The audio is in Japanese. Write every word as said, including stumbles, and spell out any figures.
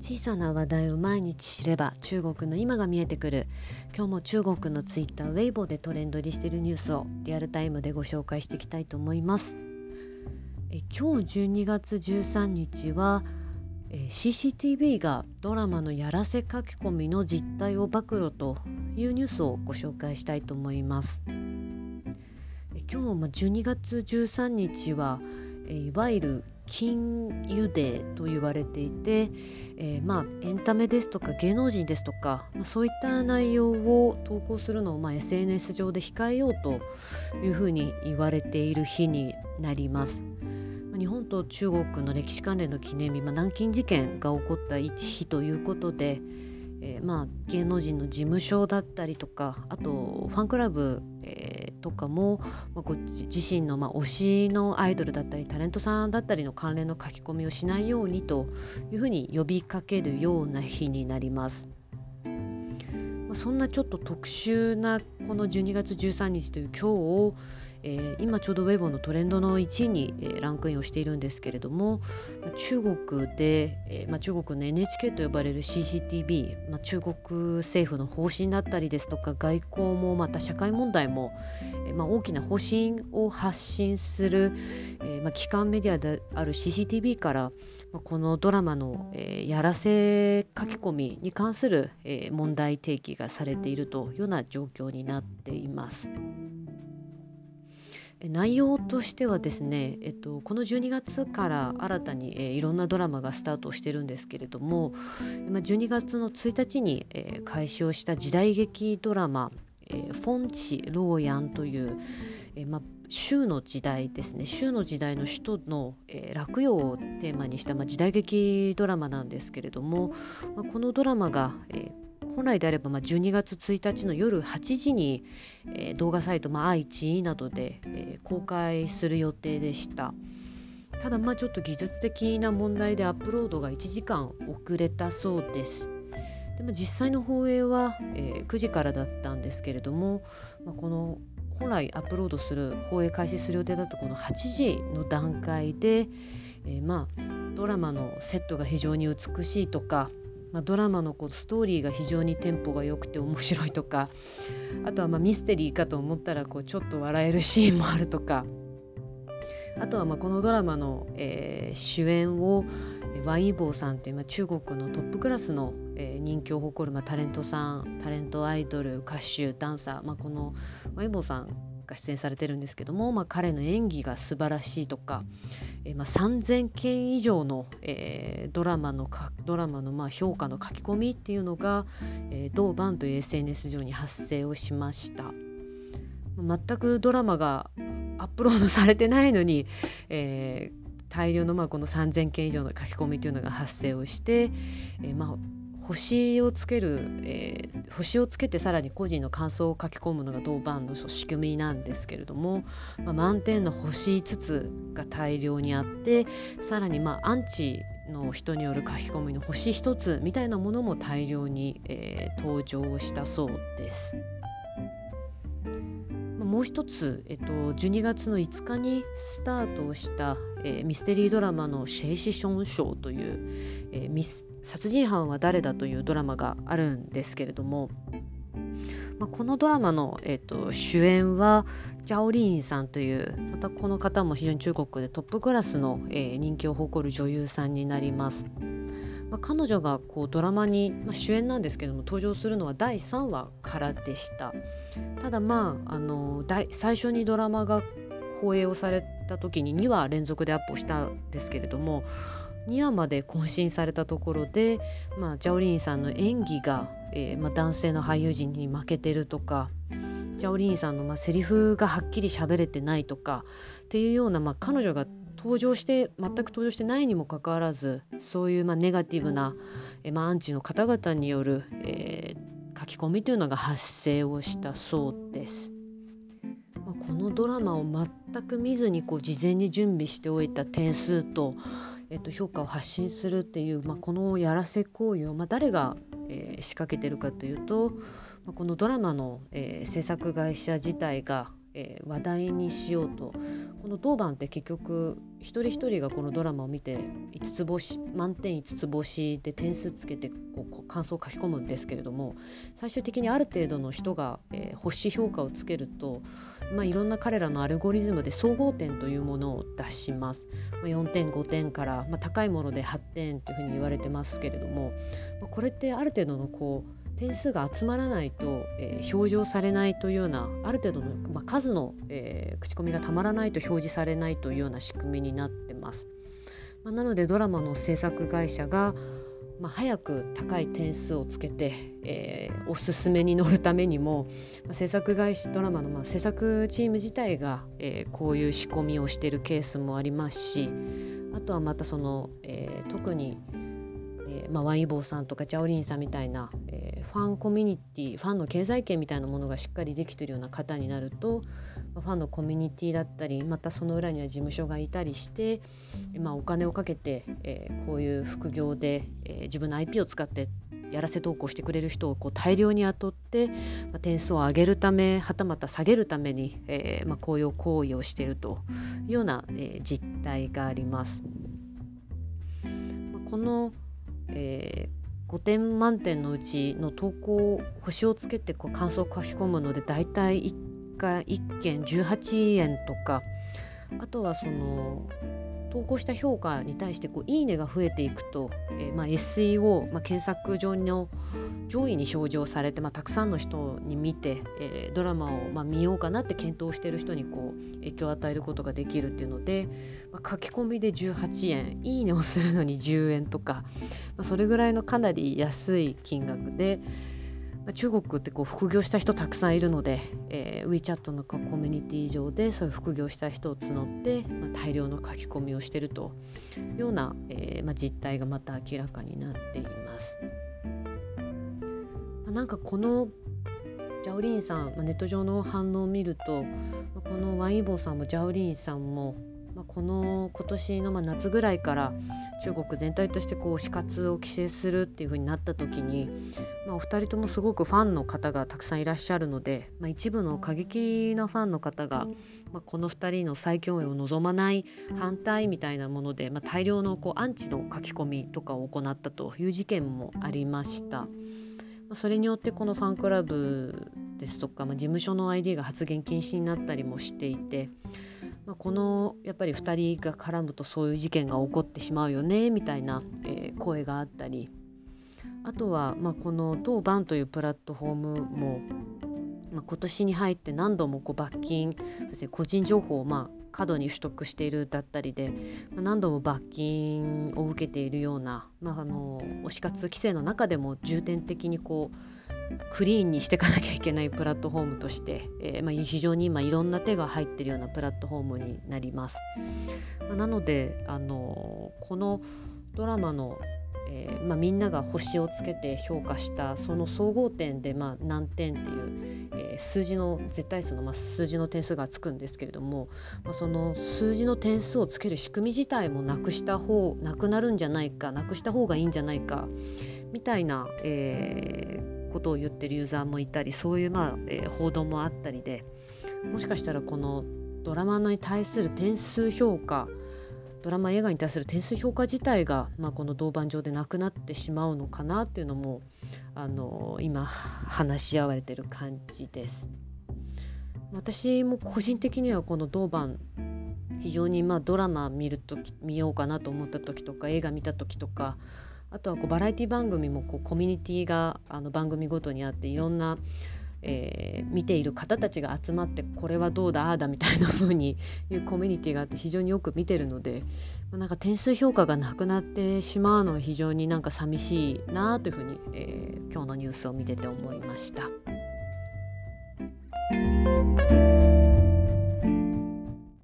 小さな話題を毎日知れば中国の今が見えてくる。今日も中国のツイッター、ウェイボーでトレンド入りしているニュースをリアルタイムでご紹介していきたいと思います。え今日じゅうにがつじゅうさんにちはえ シーシーティーブイ がドラマのやらせ書き込みの実態を暴露というニュースをご紹介したいと思います。え今日、まあ、じゅうにがつじゅうさんにちはえいわゆる金融デーと言われていて、えーまあ、エンタメですとか芸能人ですとか、まあ、そういった内容を投稿するのを、まあ、エスエヌエス 上で控えようというふうに言われている日になります。まあ日本と中国の歴史関連の記念日、まあ、南京事件が起こった日ということで、えーまあ、芸能人の事務所だったりとか、あとファンクラブ、えーとかも、まあ、ご自自身の、まあ、推しのアイドルだったりタレントさんだったりの関連の書き込みをしないようにというふうに呼びかけるような日になります。まあ、そんなちょっと特殊なこのじゅうにがつじゅうさんにちという今日を、えー今ちょうどウェボのトレンドのいちいに、えーランクインをしているんですけれども、まあ中国で、えーまあ、中国の エヌエイチケー と呼ばれる シーシーティーブイ、まあ、中国政府の方針だったりですとか外交もまた社会問題も、えーまあ、大きな方針を発信する、えーまあ、機関メディアである シーシーティーブイ から、まあこのドラマの、えーやらせ書き込みに関する、えー問題提起がされているというような状況になっています。え内容としてはですね、えっと、このじゅうにがつから新たに、えーいろんなドラマがスタートしてるんですけれども、まあ、じゅうにがつのついたちに、えー開始をした時代劇ドラマ、えーフォンチ・ローヤンという、えーまあ、州の時代ですね、州の時代の首都の、えー落葉をテーマにした、まあ、時代劇ドラマなんですけれども、まあ、このドラマが、えー本来であれば、まあ、じゅうにがつついたちの夜はちじに、えー動画サイト、まあ、愛知などで、えー公開する予定でした。ただ、まあ、ちょっと技術的な問題でアップロードがいちじかん遅れたそうです。でも実際の放映は、えーくじからだったんですけれども、まあ、この本来アップロードする放映開始する予定だったこのはちじの段階で、えーまあ、ドラマのセットが非常に美しいとか、まあ、ドラマのこうストーリーが非常にテンポが良くて面白いとか、あとはまあミステリーかと思ったらこうちょっと笑えるシーンもあるとか、あとはまあこのドラマの、えー主演をえーワン・イーボーさんという、まあ、中国のトップクラスの、えー人気を誇る、まあ、タレントさん、タレントアイドル、歌手、ダンサー、まあ、このワン・イーボーさんが出演されてるんですけども、まあ、彼の演技が素晴らしいとか、えーまあ、さんぜんけん以上の、えードラマのかドラマのまあ評価の書き込みっていうのが、えー、同番という エスエヌエス 上に発生をしました。全くドラマがアップロードされてないのに、えー大量のまあこのさんぜんけん以上の書き込みというのが発生をして、えーまあ星をつける、えー星をつけてさらに個人の感想を書き込むのが同番の仕組みなんですけれども、まあ、満点の星いつつが大量にあって、さらにまあアンチの人による書き込みの星ひとつみたいなものも大量に、えー登場したそうです。もう一つ、えっと、じゅうにがつのいつかにスタートをした、えーミステリードラマのシェイシションショーという、えーミス殺人犯は誰だというドラマがあるんですけれども、まあ、このドラマの、えっと、主演はジャオリーンさんという、またこの方も非常に中国でトップクラスの、えー人気を誇る女優さんになります。まあ、彼女がこうドラマに、まあ、主演なんですけども登場するのはだいさんわからでした。ただまあ、あのだい最初にドラマが放映をされた時ににわ連続でアップをしたんですけれども、にわまで更新されたところで、まあ、ジャオリーンさんの演技が、えーまあ、男性の俳優陣に負けてるとか、ジャオリーンさんの、まあ、セリフがはっきり喋れてないとかっていうような、まあ、彼女が登場して全く登場してないにもかかわらず、そういうまあネガティブな、えーまあ、アンチの方々による、えー書き込みというのが発生をしたそうです。まあこのドラマを全く見ずにこう事前に準備しておいた点数と、えっと、評価を発信するっていう、まあ、このやらせ行為を、まあ、誰が、えー仕掛けてるかというと、まあ、このドラマの、えー制作会社自体が、 えー話題にしようと、この当番って結局一人一人がこのドラマを見ていつつ星満点いつつ星で点数つけてこうこう感想を書き込むんですけれども、最終的にある程度の人が、えー星評価をつけると、まあ、いろんな彼らのアルゴリズムで総合点というものを出します。まあ、よんてんごてんから、まあ、高いものではってんというふうに言われてますけれども、まあ、これってある程度のこう点数が集まらないと、えー表示されないというような、ある程度の、まあ、数の、えー口コミがたまらないと表示されないというような仕組みになってます。まあ、なのでドラマの制作会社が、まあ、早く高い点数をつけて、えーおすすめに乗るためにも、まあ、制作会社ドラマの、まあ、制作チーム自体が、えーこういう仕込みをしているケースもありますし、あとはまたその、えー特にえーまあ、ワンイボーさんとかジャオリンさんみたいな、えーファンコミュニティファンの経済圏みたいなものがしっかりできているような方になると、まあファンのコミュニティだったり、またその裏には事務所がいたりして、まあ、お金をかけて、えーこういう副業で、えー自分の アイピー を使ってやらせ投稿してくれる人をこう大量に雇って、まあ、点数を上げるためはたまた下げるために、えーまあ、こういう行為をしているというような、えー実態があります。まあこのえーごてん満点のうちの投稿星をつけてこう感想を書き込むので、だいたいいっかいいっけんじゅうはちえんとか、あとはその投稿した評価に対してこういいねが増えていくと、えーまあ、エスイーオー、まあ、検索上の上位に表示をされて、まあ、たくさんの人に見て、えードラマを、まあ、見ようかなって検討している人にこう影響を与えることができるっていうので、まあ、書き込みでじゅうはちえん、いいねをするのにじゅうえんとか、まあ、それぐらいのかなり安い金額で、まあ中国ってこう副業した人たくさんいるので、えー、WeChat のコミュニティ上でそういう副業した人を募って、まあ、大量の書き込みをしているというような、えーまあ、実態がまた明らかになっています。まあなんかこのジャオリンさん、まあ、ネット上の反応を見ると、まあこのワンイボーさんもジャオリンさんも、まあ、この今年のまあ夏ぐらいから中国全体としてこう死活を規制するっていう風になった時に、まあ、お二人ともすごくファンの方がたくさんいらっしゃるので、まあ、一部の過激なファンの方が、まあ、この二人の再共演を望まない反対みたいなもので、まあ、大量のこうアンチの書き込みとかを行ったという事件もありました。まあそれによってこのファンクラブですとか、まあ、事務所の アイディー が発言禁止になったりもしていて、まあ、このやっぱりふたりが絡むとそういう事件が起こってしまうよねみたいな、えー声があったり、あとは、まあ、この当番というプラットフォームも、まあ、今年に入って何度もこう罰金、そして個人情報をまあ過度に取得しているだったりで、まあ、何度も罰金を受けているような、まあ、あの推し活規制の中でも重点的にこうクリーンにしていかなきゃいけないプラットフォームとして、えーまあ、非常に今いろんな手が入っているようなプラットフォームになります。まあ、なので、あのこのドラマの、えーまあ、みんなが星をつけて評価したその総合点で、まあ、何点っていう、えー数字の絶対数の、まあ、数字の点数がつくんですけれども、まあ、その数字の点数をつける仕組み自体もなくした方なくなるんじゃないかなくした方がいいんじゃないかみたいな、えーことを言ってるユーザーもいたり、そういう、まあえー報道もあったりで、もしかしたらこのドラマに対する点数評価ドラマ映画に対する点数評価自体が、まあ、この銅板上でなくなってしまうのかなっていうのも、あのー今話し合われてる感じです。私も個人的にはこの銅板非常にまあドラマ見るとき見ようかなと思った時とか映画見た時とか、あとはこうバラエティ番組もこうコミュニティがあの番組ごとにあって、いろんな、えー見ている方たちが集まってこれはどうだああだみたいな風にいうコミュニティがあって非常によく見てるので、まあなんか点数評価がなくなってしまうのは非常になんか寂しいなというふうに、えー今日のニュースを見てて思いました。